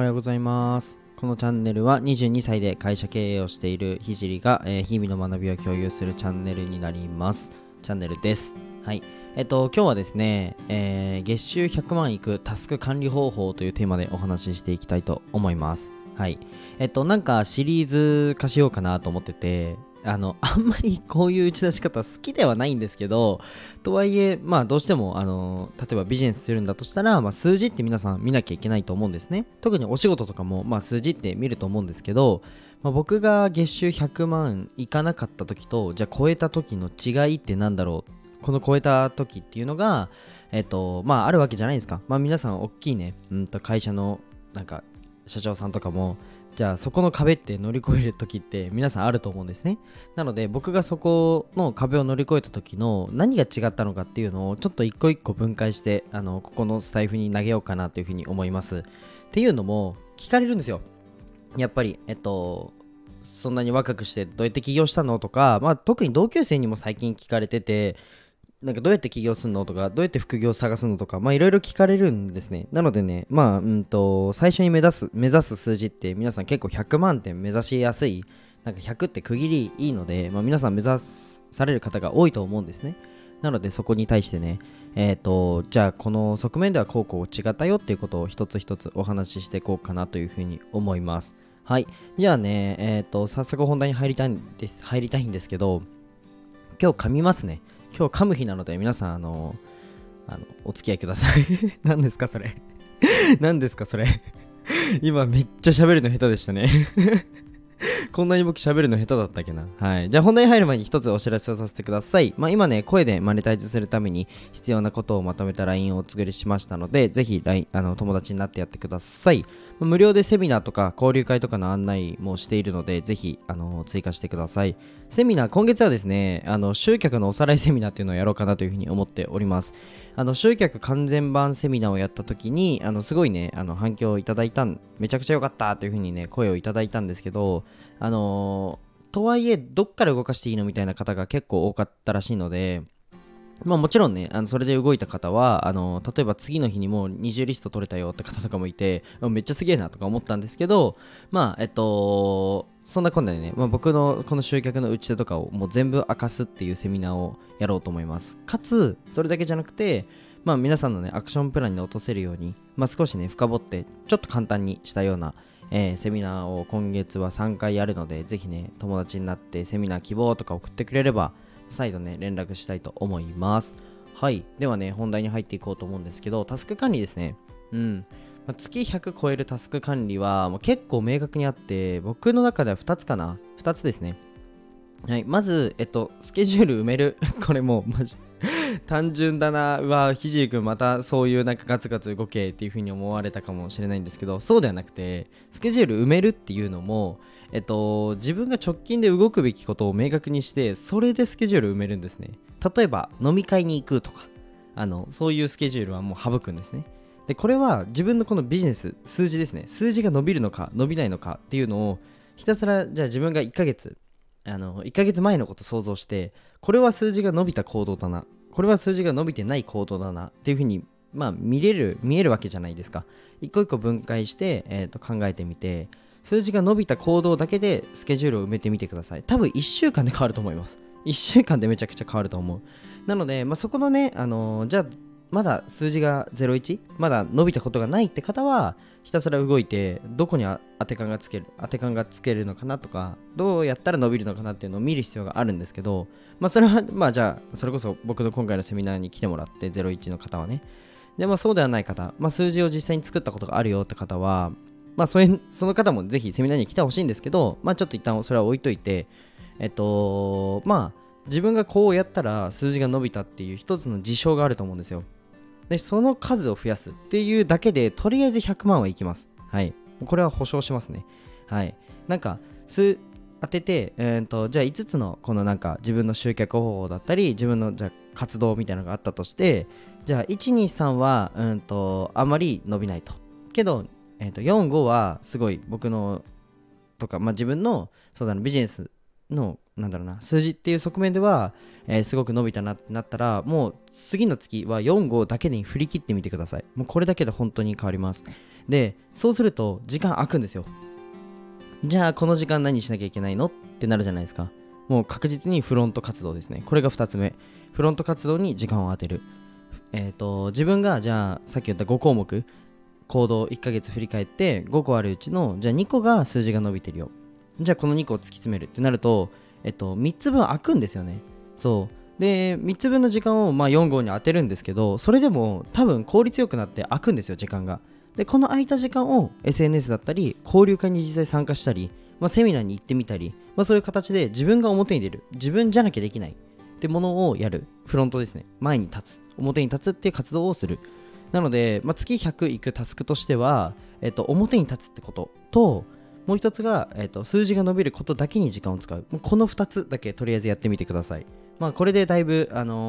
はようございます。このチャンネルは22歳で会社経営をしているひじりが、日々の学びを共有するチャンネルになります。チャンネルです。はい。今日はですね、月収100万いくタスク管理方法というテーマでお話ししていきたいと思います。はい。なんかシリーズ化しようかなと思ってて、あんまりこういう打ち出し方好きではないんですけど、とはいえ、どうしても、例えばビジネスするんだとしたら、数字って皆さん見なきゃいけないと思うんですね。特にお仕事とかも、数字って見ると思うんですけど、僕が月収100万いかなかった時と、じゃあ超えた時の違いってなんだろう。この超えた時っていうのが、あるわけじゃないですか。皆さん大きいね、会社のなんか社長さんとかも、じゃあそこの壁って乗り越える時って皆さんあると思うんですね。なので僕がそこの壁を乗り越えた時の何が違ったのかっていうのをちょっと一個一個分解してここのスタイフに投げようかなというふうに思います。っていうのも聞かれるんですよ。やっぱりそんなに若くしてどうやって起業したのとか、特に同級生にも最近聞かれてて、なんかどうやって起業するのとか、どうやって副業を探すのとか、いろいろ聞かれるんですね。なのでね、最初に目指す数字って皆さん結構100万点目指しやすい、なんか100って区切りいいので、皆さん目指される方が多いと思うんですね。なのでそこに対してね、じゃあこの側面ではこう違ったよっていうことを一つ一つお話ししていこうかなというふうに思います。はい。じゃあね、早速本題に入りたいんですけど、今日噛みますね。今日噛む日なので皆さんお付き合いください。何ですかそれ。何ですかそれ。今めっちゃ喋るの下手でしたね。こんなに僕喋るの下手だったっけな。はい。じゃあ本題に入る前に一つお知らせをさせてください。今ね、声でマネタイズするために必要なことをまとめた LINE をお作りしましたので、ぜひ LINE、友達になってやってください。無料でセミナーとか交流会とかの案内もしているので、ぜひ、追加してください。セミナー、今月はですね、集客のおさらいセミナーっていうのをやろうかなというふうに思っております。集客完全版セミナーをやった時に、すごいね、反響をいただいためちゃくちゃ良かったというふうにね、声をいただいたんですけど、とはいえ、どっから動かしていいのみたいな方が結構多かったらしいので、もちろんね、それで動いた方は、例えば次の日にもう20リスト取れたよって方とかもいて、めっちゃすげえなとか思ったんですけど、そんなこんなでね、僕のこの集客の打ち手とかをもう全部明かすっていうセミナーをやろうと思います。かつ、それだけじゃなくて、皆さんのね、アクションプランに落とせるように、少しね、深掘って、ちょっと簡単にしたような、セミナーを今月は3回やるので、ぜひね、友達になってセミナー希望とか送ってくれれば、再度ね、連絡したいと思います。はい。ではね、本題に入っていこうと思うんですけど、タスク管理ですね。月100超えるタスク管理はもう結構明確にあって、僕の中では2つかな。2つですね。はい。まず、スケジュール埋める。これもう、マジ単純だな。ひじりくんまたそういうなんかガツガツ動けっていう風に思われたかもしれないんですけど、そうではなくて、スケジュール埋めるっていうのも、自分が直近で動くべきことを明確にして、それでスケジュール埋めるんですね。例えば、飲み会に行くとか、そういうスケジュールはもう省くんですね。で、これは自分のこのビジネス、数字ですね。数字が伸びるのか、伸びないのかっていうのを、ひたすら、じゃあ自分が1ヶ月前のことを想像して、これは数字が伸びた行動だな。これは数字が伸びてない行動だなっていうふうに、見えるわけじゃないですか。一個一個分解して、考えてみて、数字が伸びた行動だけでスケジュールを埋めてみてください。多分1週間で変わると思います。1週間でめちゃくちゃ変わると思う。なので、そこのね、じゃあ、まだ数字が01、まだ伸びたことがないって方は、ひたすら動いて、どこに当て感がつけるのかなとか、どうやったら伸びるのかなっていうのを見る必要があるんですけど、それは、じゃあ、それこそ僕の今回のセミナーに来てもらって、01の方はね。で、そうではない方、数字を実際に作ったことがあるよって方は、その方もぜひセミナーに来てほしいんですけど、ちょっと一旦それは置いといて、自分がこうやったら数字が伸びたっていう一つの事象があると思うんですよ。で、その数を増やすっていうだけで、とりあえず100万はいきます。はい。これは保証しますね。はい。なんか、当てて、じゃあ5つのこのなんか自分の集客方法だったり、自分のじゃあ活動みたいなのがあったとして、じゃあ1、2、3は、あまり伸びないと。けど、4、5はすごい僕のとか、自分のビジネスの数字っていう側面では、すごく伸びたなってなったら、もう次の月は4、5だけに振り切ってみてください。もうこれだけで本当に変わります。 でそうすると時間空くんですよ。じゃあこの時間何しなきゃいけないのってなるじゃないですか。もう確実にフロント活動ですね。これが2つ目。フロント活動に時間を当てる。自分がじゃあさっき言った5項目行動1ヶ月振り返って5個あるうちのじゃあ2個が数字が伸びてるよ。じゃあこの2個を突き詰めるってなると、3つ分空くんですよね。そうで3つ分の時間を4号に当てるんですけど、それでも多分効率よくなって空くんですよ、時間が。でこの空いた時間を SNS だったり交流会に実際参加したり、セミナーに行ってみたり、そういう形で自分が表に出る、自分じゃなきゃできないってものをやる。フロントですね。前に立つ、表に立つっていう活動をする。なので、月100いくタスクとしては、表に立つってことと、もう一つが、数字が伸びることだけに時間を使う。この2つだけとりあえずやってみてください。これでだいぶ、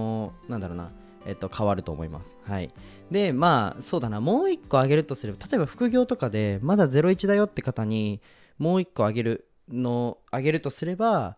変わると思います。はい。で、そうだな、もう1個あげるとすれば、例えば副業とかでまだ01だよって方にもう1個あげるとすれば、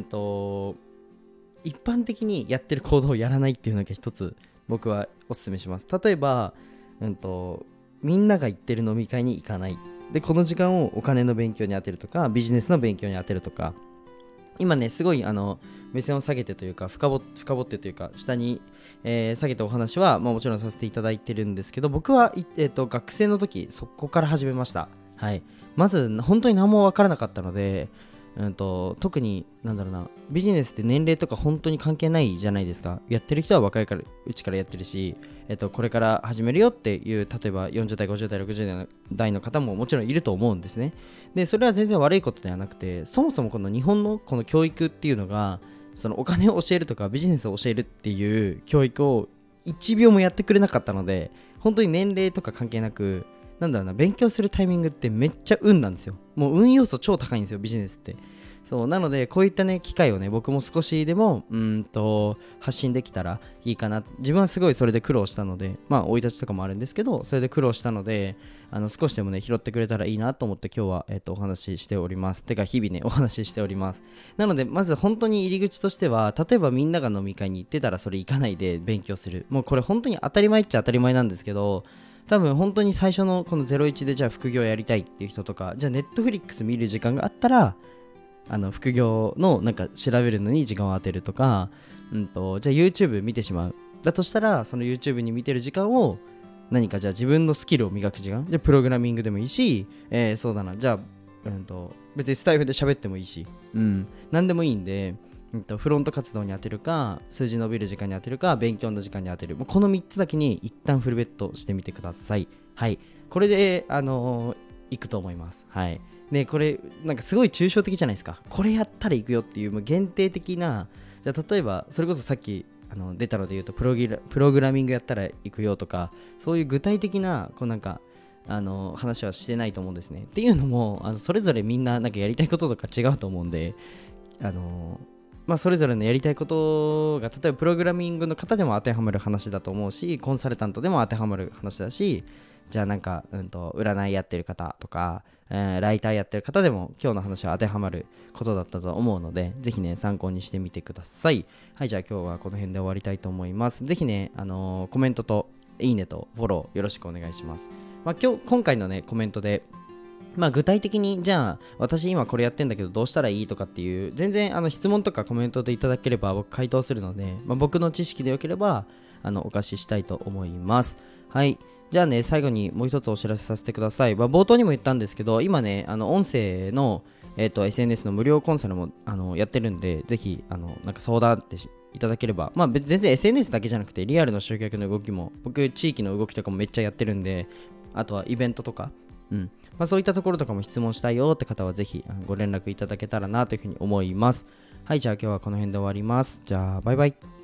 一般的にやってる行動をやらないっていうのが一つ僕はお勧めします。例えば、みんなが行ってる飲み会に行かない。で、この時間をお金の勉強に当てるとか、ビジネスの勉強に当てるとか、今ね、すごい目線を下げてというか、深掘ってというか、下に、下げたお話は、もちろんさせていただいてるんですけど、僕は、学生の時、そこから始めました。はい。まず、本当に何も分からなかったので、特にビジネスって年齢とか本当に関係ないじゃないですか。やってる人は若いうちからやってるし、これから始めるよっていう、例えば40代50代60代の方ももちろんいると思うんですね。でそれは全然悪いことではなくて、そもそもこの日本のこの教育っていうのが、そのお金を教えるとかビジネスを教えるっていう教育を1秒もやってくれなかったので、本当に年齢とか関係なく、勉強するタイミングってめっちゃ運なんですよ。もう運要素超高いんですよ、ビジネスって。そうなので、こういったね機会をね、僕も少しでも発信できたらいいかな。自分はすごいそれで苦労したので、生い立ちとかもあるんですけど、それで苦労したので、少しでもね拾ってくれたらいいなと思って今日はお話ししております。てか日々ねお話ししております。なのでまず本当に入り口としては、例えばみんなが飲み会に行ってたらそれ行かないで勉強する。もうこれ本当に当たり前っちゃ当たり前なんですけど、多分本当に最初のこの01でじゃあ副業やりたいっていう人とか、じゃあネットフリックス見る時間があったら副業の調べるのに時間を当てるとか、じゃあ YouTube 見てしまう。だとしたらその YouTube に見てる時間を何かじゃあ自分のスキルを磨く時間、じゃあプログラミングでもいいし、そうだな、じゃあ、別にスタイフで喋ってもいいし、何でもいいんで、フロント活動に当てるか、数字伸びる時間に当てるか、勉強の時間に当てる。もうこの3つだけに一旦フルベットしてみてください。はい。これで、いくと思います。はい。で、これ、すごい抽象的じゃないですか。これやったら行くよっていう、もう限定的な、じゃあ例えば、それこそさっき出たので言うとプログラミングやったら行くよとか、そういう具体的な、話はしてないと思うんですね。っていうのも、それぞれみんなやりたいこととか違うと思うんで、それぞれのやりたいことが、例えばプログラミングの方でも当てはまる話だと思うし、コンサルタントでも当てはまる話だし、じゃあ占いやってる方とか、ライターやってる方でも今日の話は当てはまることだったと思うので、ぜひね参考にしてみてください。はい、じゃあ今日はこの辺で終わりたいと思います。ぜひね、コメントといいねとフォローよろしくお願いします。今回のねコメントで具体的にじゃあ私今これやってんだけどどうしたらいいとかっていう、全然質問とかコメントでいただければ僕回答するので、僕の知識でよければお貸ししたいと思います。はい、じゃあね、最後にもう一つお知らせさせてください。冒頭にも言ったんですけど、今ね音声の、SNS の無料コンサルもやってるんで、ぜひ相談っていただければ、全然 SNS だけじゃなくてリアルの集客の動きも、僕地域の動きとかもめっちゃやってるんで、あとはイベントとか、そういったところとかも質問したいよって方はぜひご連絡いただけたらなというふうに思います。はい、じゃあ今日はこの辺で終わります。じゃあバイバイ。